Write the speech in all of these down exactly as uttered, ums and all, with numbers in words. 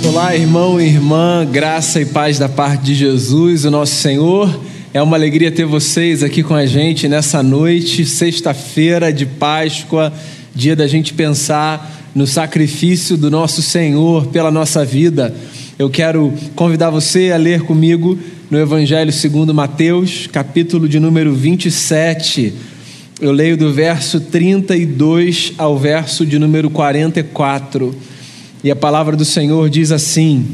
Olá, irmão e irmã, graça e paz da parte de Jesus, o nosso Senhor. É uma alegria ter vocês aqui com a gente nessa noite, sexta-feira de Páscoa, dia da gente pensar no sacrifício do nosso Senhor pela nossa vida. Eu quero convidar você a ler comigo no Evangelho segundo Mateus, capítulo de número vinte e sete. Eu leio do verso trinta e dois ao verso de número quarenta e quatro. E a palavra do Senhor diz assim: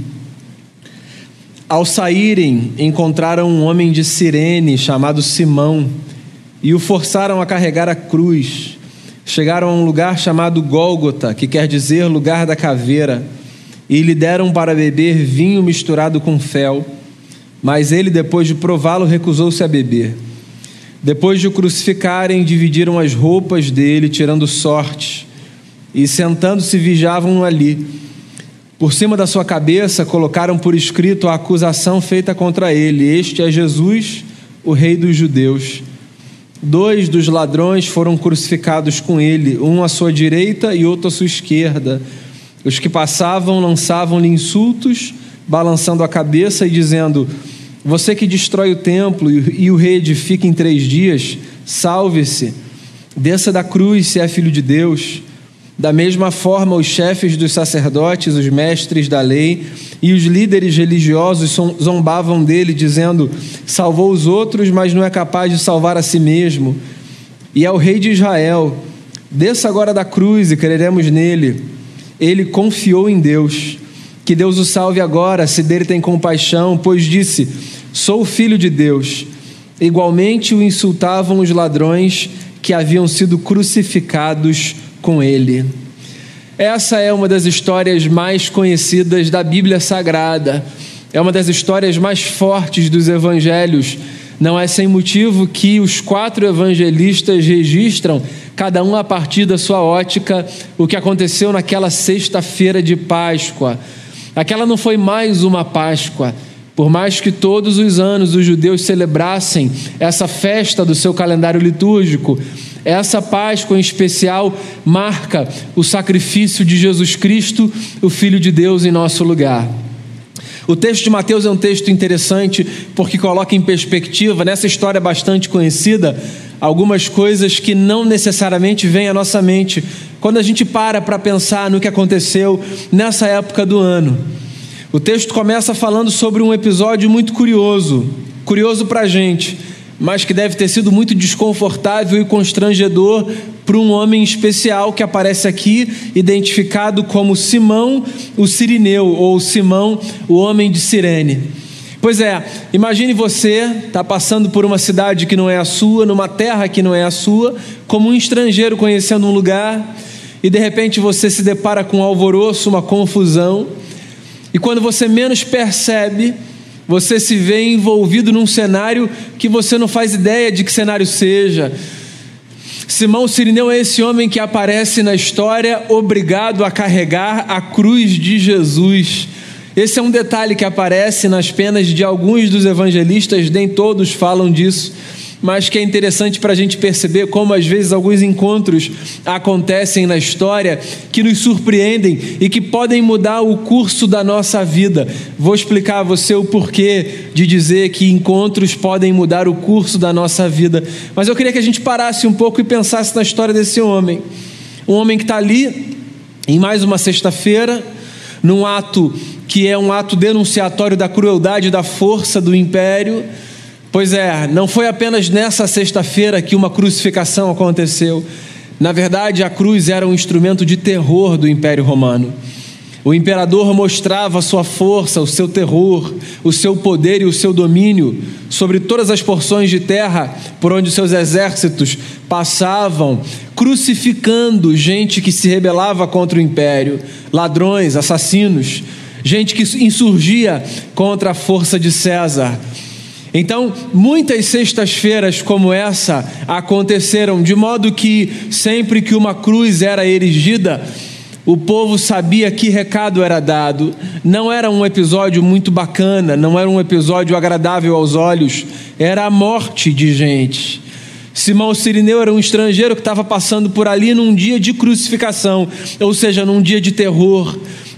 Ao saírem, encontraram um homem de Cirene chamado Simão e o forçaram a carregar a cruz. Chegaram a um lugar chamado Gólgota, que quer dizer lugar da caveira, e lhe deram para beber vinho misturado com fel. Mas ele, depois de prová-lo, recusou-se a beber. Depois de o crucificarem, dividiram as roupas dele, tirando sorte, e sentando-se vigiavam ali. Por cima da sua cabeça colocaram por escrito a acusação feita contra ele: Este é Jesus, o Rei dos Judeus. Dois dos ladrões foram crucificados com ele, um à sua direita e outro à sua esquerda. Os que passavam lançavam-lhe insultos, balançando a cabeça e dizendo: Você que destrói o templo e o reedifica em três dias, salve-se, desça da cruz se é filho de Deus. Da mesma forma, os chefes dos sacerdotes, os mestres da lei e os líderes religiosos zombavam dele, dizendo: Salvou os outros, mas não é capaz de salvar a si mesmo. E ao rei de Israel: Desça agora da cruz e creremos nele. Ele confiou em Deus. Que Deus o salve agora, se dele tem compaixão, pois disse: Sou o filho de Deus. Igualmente o insultavam os ladrões que haviam sido crucificados com ele. Essa é uma das histórias mais conhecidas da Bíblia Sagrada. É uma das histórias mais fortes dos evangelhos. Não é sem motivo que os quatro evangelistas registram, cada um a partir da sua ótica, o que aconteceu naquela sexta-feira de Páscoa. Aquela não foi mais uma Páscoa. Por mais que todos os anos os judeus celebrassem essa festa do seu calendário litúrgico, essa Páscoa em especial marca o sacrifício de Jesus Cristo, o Filho de Deus, em nosso lugar. O texto de Mateus é um texto interessante porque coloca em perspectiva, nessa história bastante conhecida, algumas coisas que não necessariamente vêm à nossa mente quando a gente para para pensar no que aconteceu nessa época do ano. O texto começa falando sobre um episódio muito curioso, curioso para a gente, mas que deve ter sido muito desconfortável e constrangedor para um homem especial que aparece aqui, identificado como Simão, o Cirineu, ou Simão, o homem de Cirene. Pois é, imagine você estar passando por uma cidade que não é a sua, numa terra que não é a sua, como um estrangeiro conhecendo um lugar, e de repente você se depara com um alvoroço, uma confusão, e quando você menos percebe, você se vê envolvido num cenário que você não faz ideia de que cenário seja. Simão Cirineu é esse homem que aparece na história obrigado a carregar a cruz de Jesus. Esse é um detalhe que aparece nas penas de alguns dos evangelistas, nem todos falam disso, mas que é interessante para a gente perceber como às vezes alguns encontros acontecem na história que nos surpreendem e que podem mudar o curso da nossa vida. Vou explicar a você o porquê de dizer que encontros podem mudar o curso da nossa vida, mas eu queria que a gente parasse um pouco e pensasse na história desse homem. Um homem que está ali em mais uma sexta-feira, num ato que é um ato denunciatório da crueldade e da força do império. Pois é, não foi apenas nessa sexta-feira que uma crucificação aconteceu. Na verdade, a cruz era um instrumento de terror do Império Romano. O imperador mostrava a sua força, o seu terror, o seu poder e o seu domínio sobre todas as porções de terra por onde os seus exércitos passavam, crucificando gente que se rebelava contra o império, ladrões, assassinos, gente que insurgia contra a força de César. Então, muitas sextas-feiras como essa aconteceram, de modo que sempre que uma cruz era erigida, o povo sabia que recado era dado. Não era um episódio muito bacana, não era um episódio agradável aos olhos, era a morte de gente. Simão Cirineu era um estrangeiro que estava passando por ali num dia de crucificação, ou seja, num dia de terror.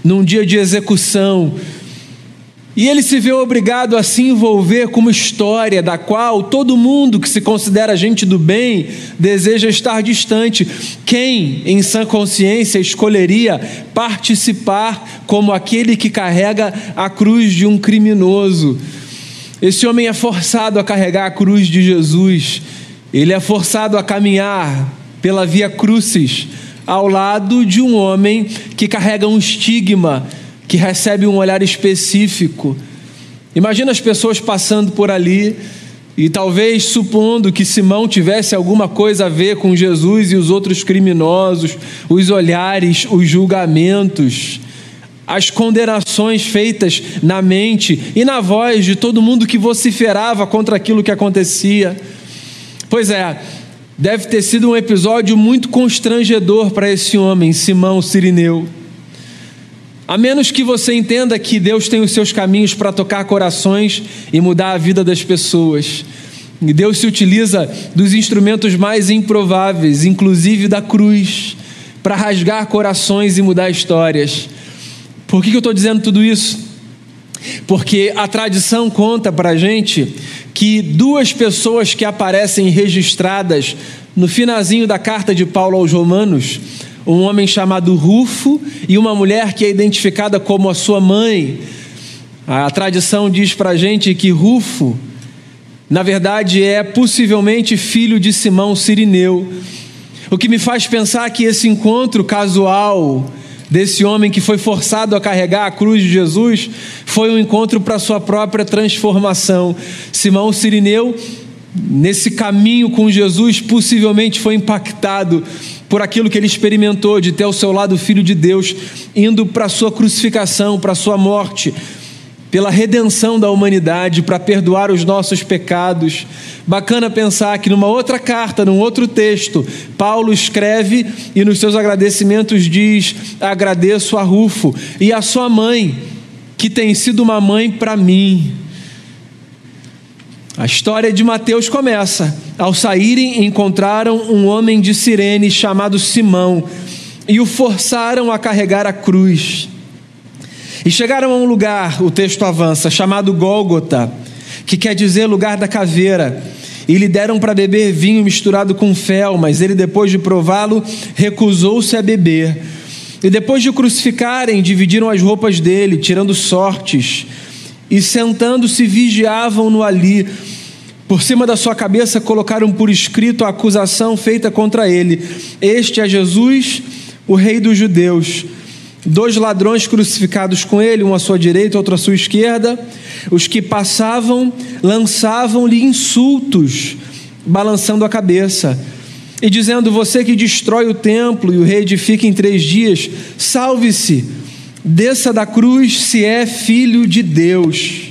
num dia de execução. E ele se vê obrigado a se envolver com uma história da qual todo mundo que se considera gente do bem deseja estar distante. Quem, em sã consciência, escolheria participar como aquele que carrega a cruz de um criminoso? Esse homem é forçado a carregar a cruz de Jesus. Ele é forçado a caminhar pela via crucis ao lado de um homem que carrega um estigma, que recebe um olhar específico. Imagina as pessoas passando por ali e talvez supondo que Simão tivesse alguma coisa a ver com Jesus e os outros criminosos, os olhares, os julgamentos, as condenações feitas na mente e na voz de todo mundo que vociferava contra aquilo que acontecia. Pois é, deve ter sido um episódio muito constrangedor para esse homem, Simão Cirineu. A menos que você entenda que Deus tem os seus caminhos para tocar corações e mudar a vida das pessoas. E Deus se utiliza dos instrumentos mais improváveis, inclusive da cruz, para rasgar corações e mudar histórias. Por que que eu estou dizendo tudo isso? Porque a tradição conta para a gente que duas pessoas que aparecem registradas no finalzinho da carta de Paulo aos Romanos, um homem chamado Rufo e uma mulher que é identificada como a sua mãe. A tradição diz para a gente que Rufo, na verdade, é possivelmente filho de Simão Cirineu. O que me faz pensar que esse encontro casual desse homem que foi forçado a carregar a cruz de Jesus foi um encontro para sua própria transformação. Simão Cirineu, nesse caminho com Jesus, possivelmente foi impactado por aquilo que ele experimentou de ter ao seu lado o Filho de Deus indo para a sua crucificação, para a sua morte, pela redenção da humanidade, para perdoar os nossos pecados. Bacana pensar que numa outra carta, num outro texto, Paulo escreve e nos seus agradecimentos diz: agradeço a Rufo e a sua mãe, que tem sido uma mãe para mim. A história de Mateus começa: ao saírem, encontraram um homem de Cirene chamado Simão e o forçaram a carregar a cruz. E chegaram a um lugar, o texto avança, chamado Gólgota, que quer dizer lugar da caveira, e lhe deram para beber vinho misturado com fel, mas ele, depois de prová-lo, recusou-se a beber. E depois de o crucificarem, dividiram as roupas dele, tirando sortes, e sentando-se vigiavam-no ali. Por cima da sua cabeça colocaram por escrito a acusação feita contra ele: este é Jesus, o rei dos judeus. Dois ladrões crucificados com ele, um à sua direita, outro à sua esquerda. Os que passavam lançavam-lhe insultos, balançando a cabeça e dizendo: você que destrói o templo e o reedifica em três dias, salve-se, desça da cruz se é filho de Deus.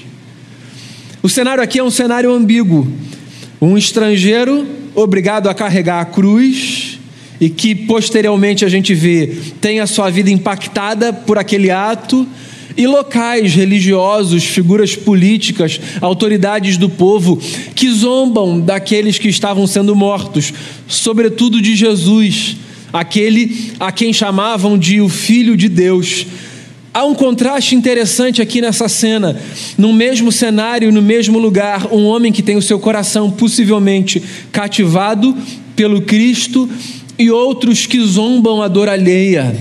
O cenário aqui é um cenário ambíguo. Um estrangeiro obrigado a carregar a cruz e que posteriormente a gente vê tem a sua vida impactada por aquele ato, e locais religiosos, figuras políticas, autoridades do povo que zombam daqueles que estavam sendo mortos, sobretudo de Jesus, aquele a quem chamavam de o Filho de Deus. Há um contraste interessante aqui nessa cena. No mesmo cenário, no mesmo lugar, um homem que tem o seu coração possivelmente cativado pelo Cristo e outros que zombam a dor alheia.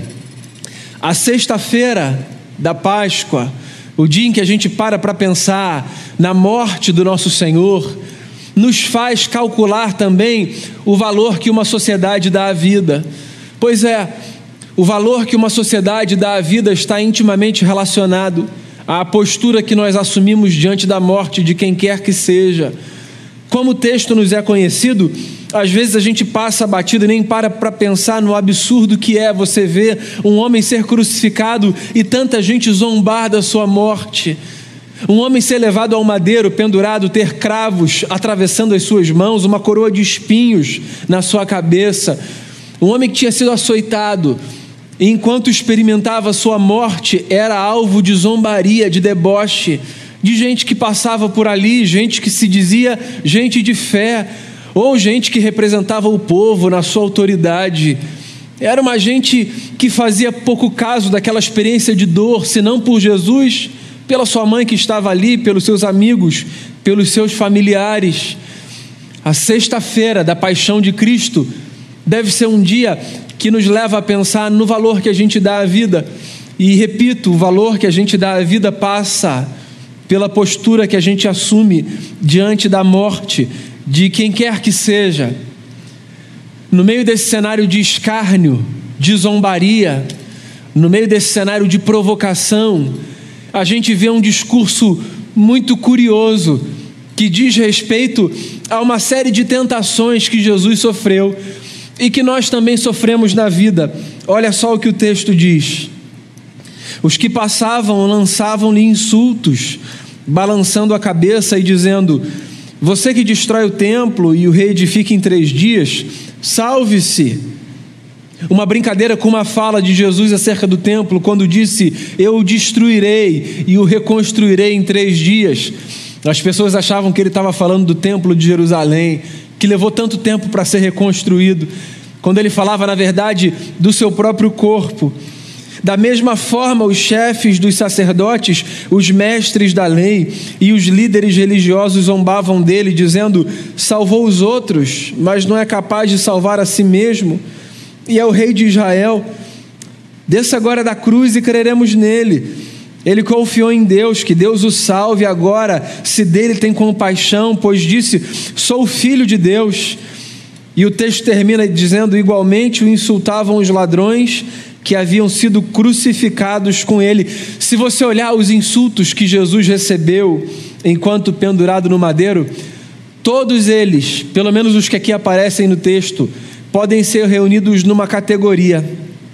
A sexta-feira da Páscoa, o dia em que a gente para para pensar na morte do nosso Senhor, nos faz calcular também o valor que uma sociedade dá à vida. Pois é, o valor que uma sociedade dá à vida está intimamente relacionado à postura que nós assumimos diante da morte de quem quer que seja. Como o texto nos é conhecido, às vezes a gente passa batido e nem para para pensar no absurdo que é você ver um homem ser crucificado e tanta gente zombar da sua morte. Um homem ser levado ao madeiro, pendurado, ter cravos atravessando as suas mãos, uma coroa de espinhos na sua cabeça. Um homem que tinha sido açoitado e, enquanto experimentava a sua morte, era alvo de zombaria, de deboche, de gente que passava por ali, gente que se dizia gente de fé, ou gente que representava o povo na sua autoridade. Era uma gente que fazia pouco caso daquela experiência de dor, se não por Jesus, pela sua mãe que estava ali, pelos seus amigos, pelos seus familiares. A sexta-feira da paixão de Cristo deve ser um dia que nos leva a pensar no valor que a gente dá à vida. E repito, o valor que a gente dá à vida passa pela postura que a gente assume diante da morte de quem quer que seja. No meio desse cenário de escárnio, de zombaria, no meio desse cenário de provocação, a gente vê um discurso muito curioso que diz respeito a uma série de tentações que Jesus sofreu e que nós também sofremos na vida. Olha só o que o texto diz: os que passavam lançavam-lhe insultos, balançando a cabeça e dizendo: você que destrói o templo e o reedifica em três dias, salve-se. Uma brincadeira com uma fala de Jesus acerca do templo, quando disse: eu o destruirei e o reconstruirei em três dias. As pessoas achavam que ele estava falando do templo de Jerusalém, que levou tanto tempo para ser reconstruído, quando ele falava, na verdade, do seu próprio corpo. Da mesma forma, os chefes dos sacerdotes, os mestres da lei e os líderes religiosos zombavam dele, dizendo: salvou os outros, mas não é capaz de salvar a si mesmo, e é o rei de Israel. Desça agora da cruz e creremos nele. Ele confiou em Deus, que Deus o salve agora, se dele tem compaixão, pois disse: sou filho de Deus. E o texto termina dizendo: igualmente o insultavam os ladrões que haviam sido crucificados com ele. Se você olhar os insultos que Jesus recebeu enquanto pendurado no madeiro, todos eles, pelo menos os que aqui aparecem no texto, podem ser reunidos numa categoria: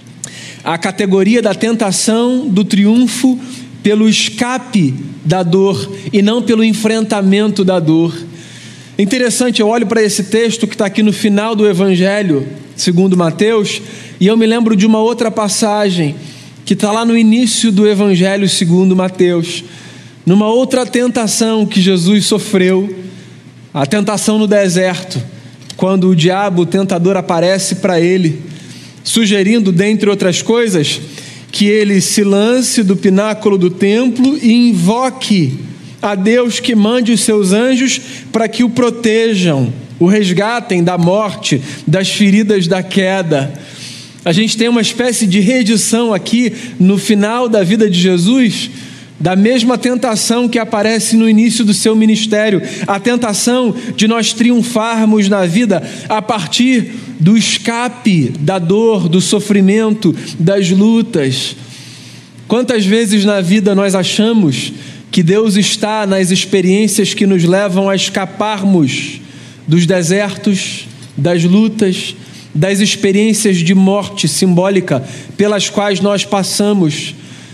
a categoria da tentação, do triunfo pelo escape da dor e não pelo enfrentamento da dor. Interessante, eu olho para esse texto que está aqui no final do Evangelho segundo Mateus, e eu me lembro de uma outra passagem que está lá no início do Evangelho segundo Mateus, numa outra tentação que Jesus sofreu, a tentação no deserto, quando o diabo, o tentador, aparece para ele, sugerindo, dentre outras coisas, que ele se lance do pináculo do templo e invoque a Deus que mande os seus anjos para que o protejam, o resgatem da morte, das feridas da queda. A gente tem uma espécie de reedição aqui no final da vida de Jesus, da mesma tentação que aparece no início do seu ministério, a tentação de nós triunfarmos na vida a partir do escape da dor, do sofrimento, das lutas. Quantas vezes na vida nós achamos que Deus está nas experiências que nos levam a escaparmos dos desertos, das lutas, das experiências de morte simbólica pelas quais nós passamos.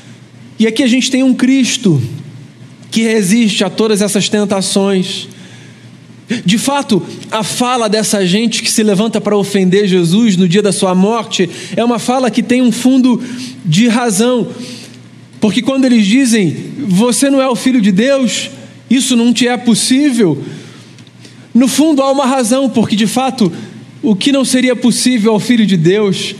E aqui a gente tem um Cristo que resiste a todas essas tentações. De fato, a fala dessa gente que se levanta para ofender Jesus no dia da sua morte é uma fala que tem um fundo de razão, porque quando eles dizem: você não é o Filho de Deus, isso não te é possível, no fundo há uma razão, porque de fato o que não seria possível ao Filho de Deus,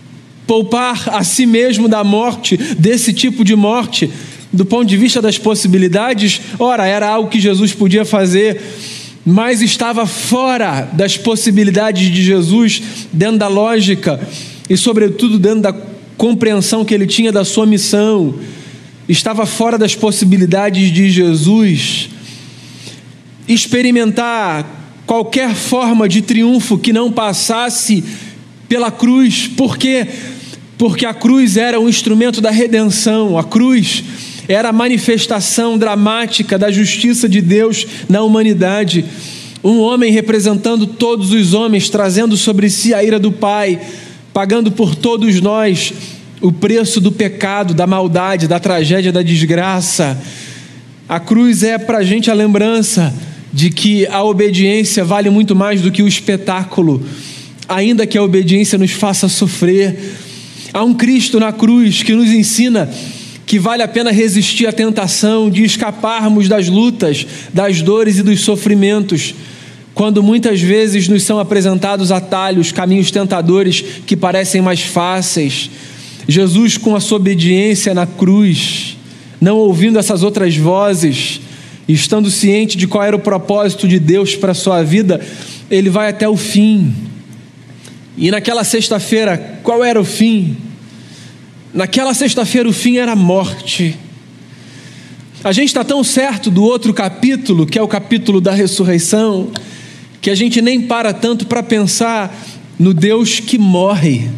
poupar a si mesmo da morte, desse tipo de morte, do ponto de vista das possibilidades, ora, era algo que Jesus podia fazer, mas estava fora das possibilidades de Jesus, dentro da lógica e sobretudo dentro da compreensão que ele tinha da sua missão. Estava fora das possibilidades de Jesus experimentar qualquer forma de triunfo que não passasse pela cruz. Por quê? Porque a cruz era um instrumento da redenção, a cruz era a manifestação dramática da justiça de Deus na humanidade. Um homem representando todos os homens, trazendo sobre si a ira do Pai, pagando por todos nós o preço do pecado, da maldade, da tragédia, da desgraça. A cruz é para a gente a lembrança de que a obediência vale muito mais do que o espetáculo, ainda que a obediência nos faça sofrer. Há um Cristo na cruz que nos ensina que vale a pena resistir à tentação de escaparmos das lutas, das dores e dos sofrimentos, quando muitas vezes nos são apresentados atalhos, caminhos tentadores que parecem mais fáceis, Jesus, com a sua obediência na cruz, não ouvindo essas outras vozes, estando ciente de qual era o propósito de Deus para a sua vida, ele vai até o fim. E naquela sexta-feira, qual era o fim? Naquela sexta-feira o fim era a morte. A gente está tão certo do outro capítulo, que é o capítulo da ressurreição, que a gente nem para tanto para pensar no Deus que morre.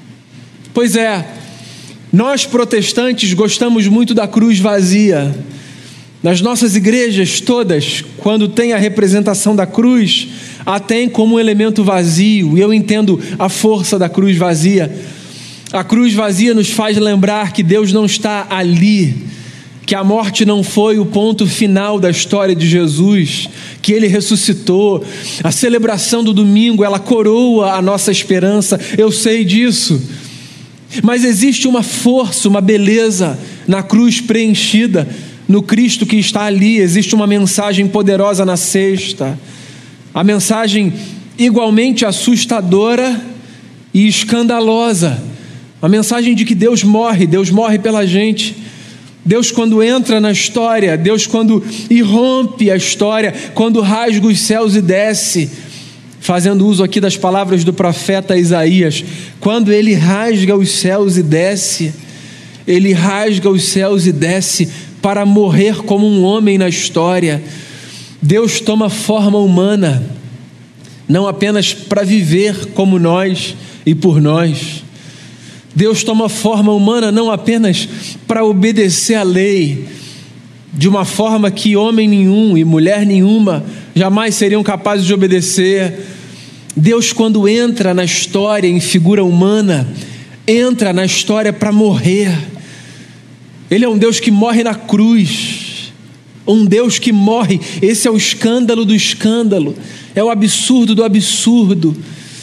Pois é, nós protestantes gostamos muito da cruz vazia. Nas nossas igrejas todas, quando tem a representação da cruz, a tem como um elemento vazio, e eu entendo a força da cruz vazia. A cruz vazia nos faz lembrar que Deus não está ali, que a morte não foi o ponto final da história de Jesus, que Ele ressuscitou. A celebração do domingo, ela coroa a nossa esperança, eu sei disso. Mas existe uma força, uma beleza na cruz preenchida, no Cristo que está ali. Existe uma mensagem poderosa na sexta, a mensagem igualmente assustadora e escandalosa, a mensagem de que Deus morre, Deus morre pela gente. Deus, quando entra na história, Deus, quando irrompe a história, quando rasga os céus e desce, fazendo uso aqui das palavras do profeta Isaías, quando Ele rasga os céus e desce, Ele rasga os céus e desce para morrer como um homem na história. Deus toma forma humana, não apenas para viver como nós e por nós. Deus toma forma humana não apenas para obedecer à lei, de uma forma que homem nenhum e mulher nenhuma jamais seriam capazes de obedecer. Deus, quando entra na história em figura humana, entra na história para morrer. Ele é um Deus que morre na cruz, um Deus que morre. Esse é o escândalo do escândalo, é o absurdo do absurdo.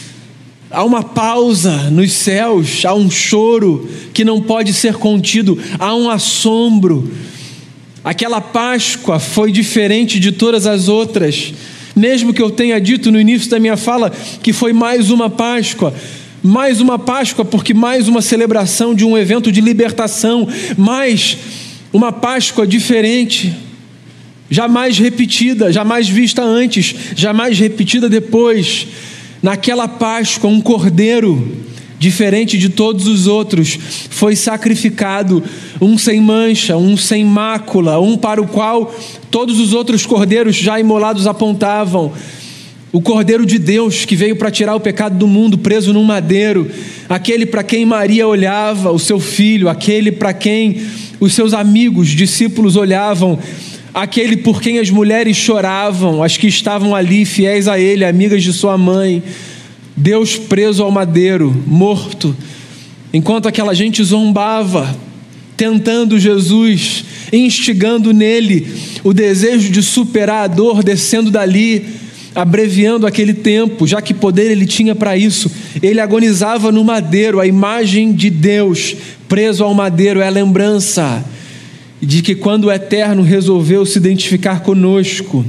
Há uma pausa nos céus, há um choro que não pode ser contido, há um assombro. Aquela Páscoa foi diferente de todas as outras, mesmo que eu tenha dito no início da minha fala que foi mais uma Páscoa, mais uma Páscoa porque mais uma celebração de um evento de libertação, mais uma Páscoa diferente, jamais repetida, jamais vista antes, jamais repetida depois. Naquela Páscoa, um cordeiro, diferente de todos os outros, foi sacrificado, um sem mancha, um sem mácula, um para o qual todos os outros cordeiros já imolados apontavam. O Cordeiro de Deus que veio para tirar o pecado do mundo, preso num madeiro, aquele para quem Maria olhava, o seu filho, aquele para quem os seus amigos, discípulos olhavam, aquele por quem as mulheres choravam, as que estavam ali fiéis a ele, amigas de sua mãe. Deus preso ao madeiro, morto, enquanto aquela gente zombava, tentando Jesus, instigando nele o desejo de superar a dor, descendo dali, abreviando aquele tempo, já que poder ele tinha para isso. Ele agonizava no madeiro. A imagem de Deus preso ao madeiro é a lembrança de que quando o Eterno resolveu se identificar conosco,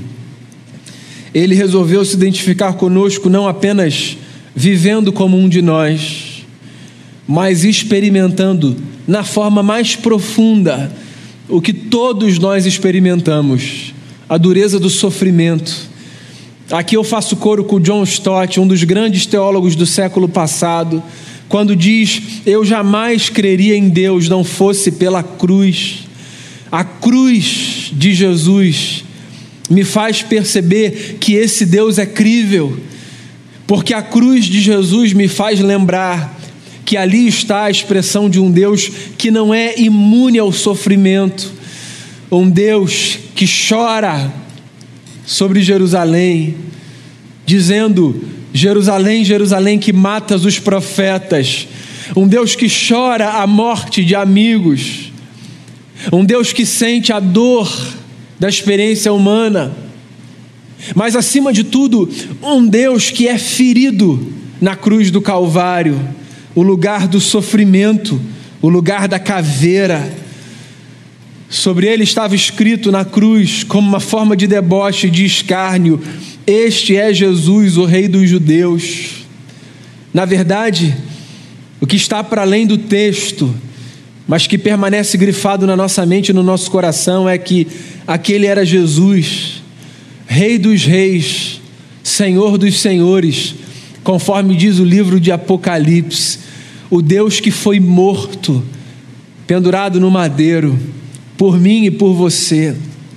Ele resolveu se identificar conosco não apenas vivendo como um de nós, mas experimentando na forma mais profunda o que todos nós experimentamos, a dureza do sofrimento. Aqui eu faço coro com John Stott, um dos grandes teólogos do século passado, quando diz: eu jamais creria em Deus não fosse pela cruz. A cruz de Jesus me faz perceber que esse Deus é crível, porque a cruz de Jesus me faz lembrar que ali está a expressão de um Deus que não é imune ao sofrimento, um Deus que chora sobre Jerusalém, dizendo: Jerusalém, Jerusalém, que matas os profetas, um Deus que chora a morte de amigos, um Deus que sente a dor da experiência humana, mas acima de tudo, um Deus que é ferido na cruz do Calvário, o lugar do sofrimento, o lugar da caveira. Sobre ele estava escrito na cruz, como uma forma de deboche, de escárnio: este é Jesus, o Rei dos Judeus. Na verdade, o que está para além do texto, mas que permanece grifado na nossa mente e no nosso coração, é que aquele era Jesus, Rei dos Reis, Senhor dos Senhores, conforme diz o livro de Apocalipse, o Deus que foi morto, pendurado no madeiro, por mim e por você.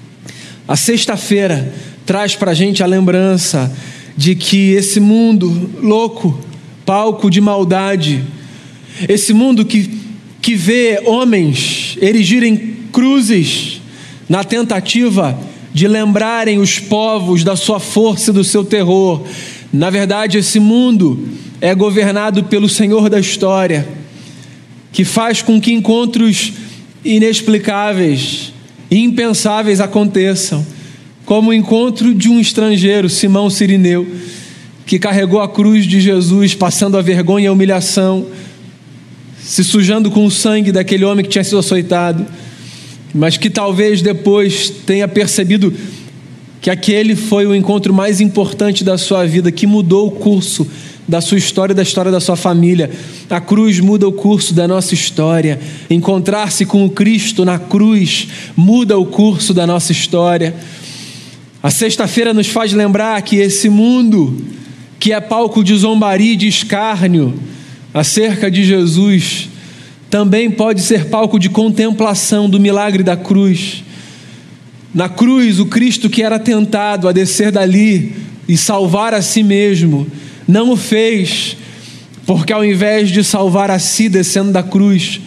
A sexta-feira traz para a gente a lembrança de que esse mundo louco, palco de maldade, esse mundo que, que vê homens erigirem cruzes na tentativa de lembrarem os povos da sua força e do seu terror. Na verdade, esse mundo é governado pelo Senhor da história, que faz com que encontros inexplicáveis e impensáveis aconteçam, como o encontro de um estrangeiro, Simão Cirineu, que carregou a cruz de Jesus, passando a vergonha e a humilhação, se sujando com o sangue daquele homem que tinha sido açoitado, mas que talvez depois tenha percebido que aquele foi o encontro mais importante da sua vida, que mudou o curso da sua história e da história da sua família. A cruz muda o curso da nossa história. Encontrar-se com o Cristo na cruz muda o curso da nossa história. A sexta-feira nos faz lembrar que esse mundo, que é palco de zombaria e de escárnio acerca de Jesus, também pode ser palco de contemplação do milagre da cruz. Na cruz, o Cristo que era tentado a descer dali e salvar a si mesmo, não o fez, porque ao invés de salvar a si descendo da cruz,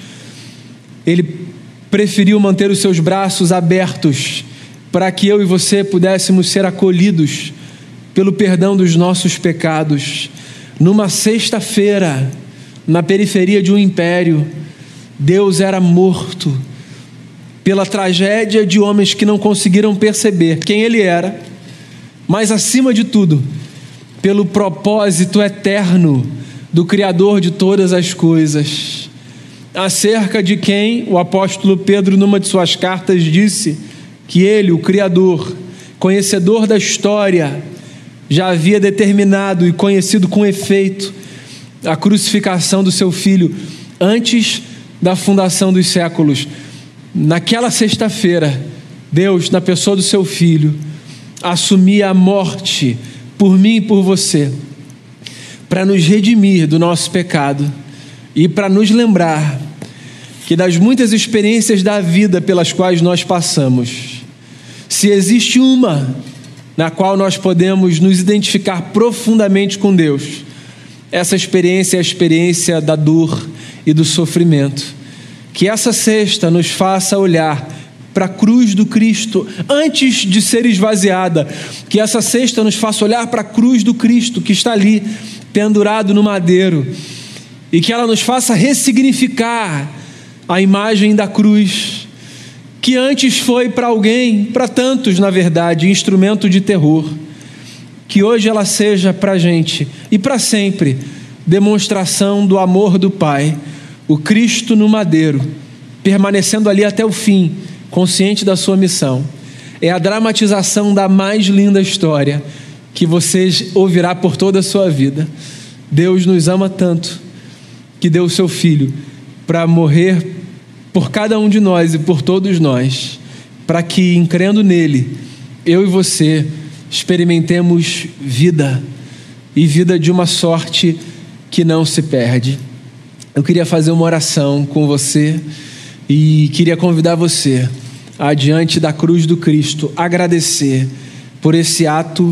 ele preferiu manter os seus braços abertos para que eu e você pudéssemos ser acolhidos pelo perdão dos nossos pecados. Numa sexta-feira, na periferia de um império, Deus era morto pela tragédia de homens que não conseguiram perceber quem Ele era, mas acima de tudo, pelo propósito eterno do Criador de todas as coisas, acerca de quem o apóstolo Pedro, numa de suas cartas, disse que Ele, o Criador, conhecedor da história, já havia determinado e conhecido com efeito a crucificação do seu Filho antes da fundação dos séculos. Naquela sexta-feira, Deus, na pessoa do seu Filho, assumia a morte por mim e por você, para nos redimir do nosso pecado e para nos lembrar que das muitas experiências da vida pelas quais nós passamos, se existe uma na qual nós podemos nos identificar profundamente com Deus, essa experiência é a experiência da dor e do sofrimento. Que essa sexta nos faça olhar para a cruz do Cristo antes de ser esvaziada. Que essa sexta nos faça olhar para a cruz do Cristo que está ali, pendurado no madeiro. E que ela nos faça ressignificar a imagem da cruz, que antes foi para alguém, para tantos na verdade, instrumento de terror. Que hoje ela seja para a gente e para sempre demonstração do amor do Pai, o Cristo no madeiro, permanecendo ali até o fim, consciente da sua missão. É a dramatização da mais linda história que você ouvirá por toda a sua vida. Deus nos ama tanto que deu o seu Filho para morrer por cada um de nós e por todos nós, para que, em crendo nele, eu e você experimentemos vida, e vida de uma sorte que não se perde. Eu queria fazer uma oração com você e queria convidar você a, diante da cruz do Cristo, agradecer por esse ato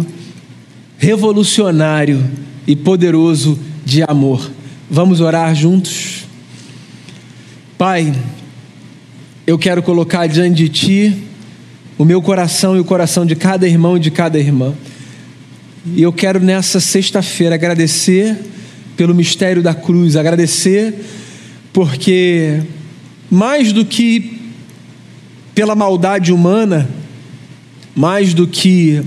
revolucionário e poderoso de amor. Vamos orar juntos? Pai, eu quero colocar diante de Ti o meu coração e o coração de cada irmão e de cada irmã. E eu quero nessa sexta-feira agradecer pelo mistério da cruz, agradecer porque mais do que pela maldade humana, mais do que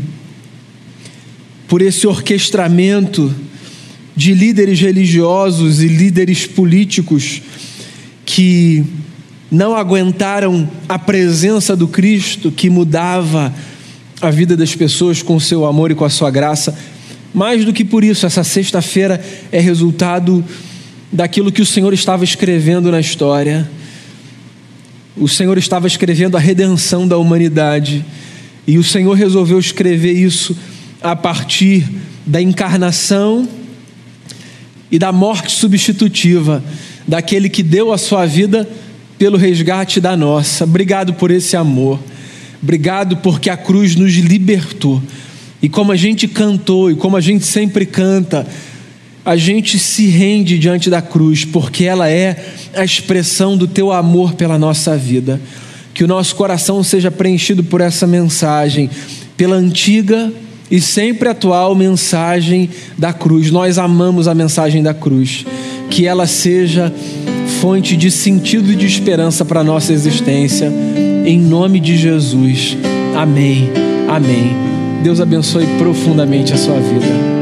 por esse orquestramento de líderes religiosos e líderes políticos que não aguentaram a presença do Cristo que mudava a vida das pessoas com o seu amor e com a sua graça. Mais do que por isso, essa sexta-feira é resultado daquilo que o Senhor estava escrevendo na história. O Senhor estava escrevendo a redenção da humanidade, e o Senhor resolveu escrever isso a partir da encarnação e da morte substitutiva daquele que deu a sua vida pelo resgate da nossa. Obrigado por esse amor. Obrigado porque a cruz nos libertou. E como a gente cantou, e como a gente sempre canta, a gente se rende diante da cruz, porque ela é a expressão do teu amor pela nossa vida. Que o nosso coração seja preenchido por essa mensagem, pela antiga e sempre atual mensagem da cruz. Nós amamos a mensagem da cruz. Que ela seja fonte de sentido e de esperança para a nossa existência, em nome de Jesus. Amém, amém. Deus abençoe profundamente a sua vida.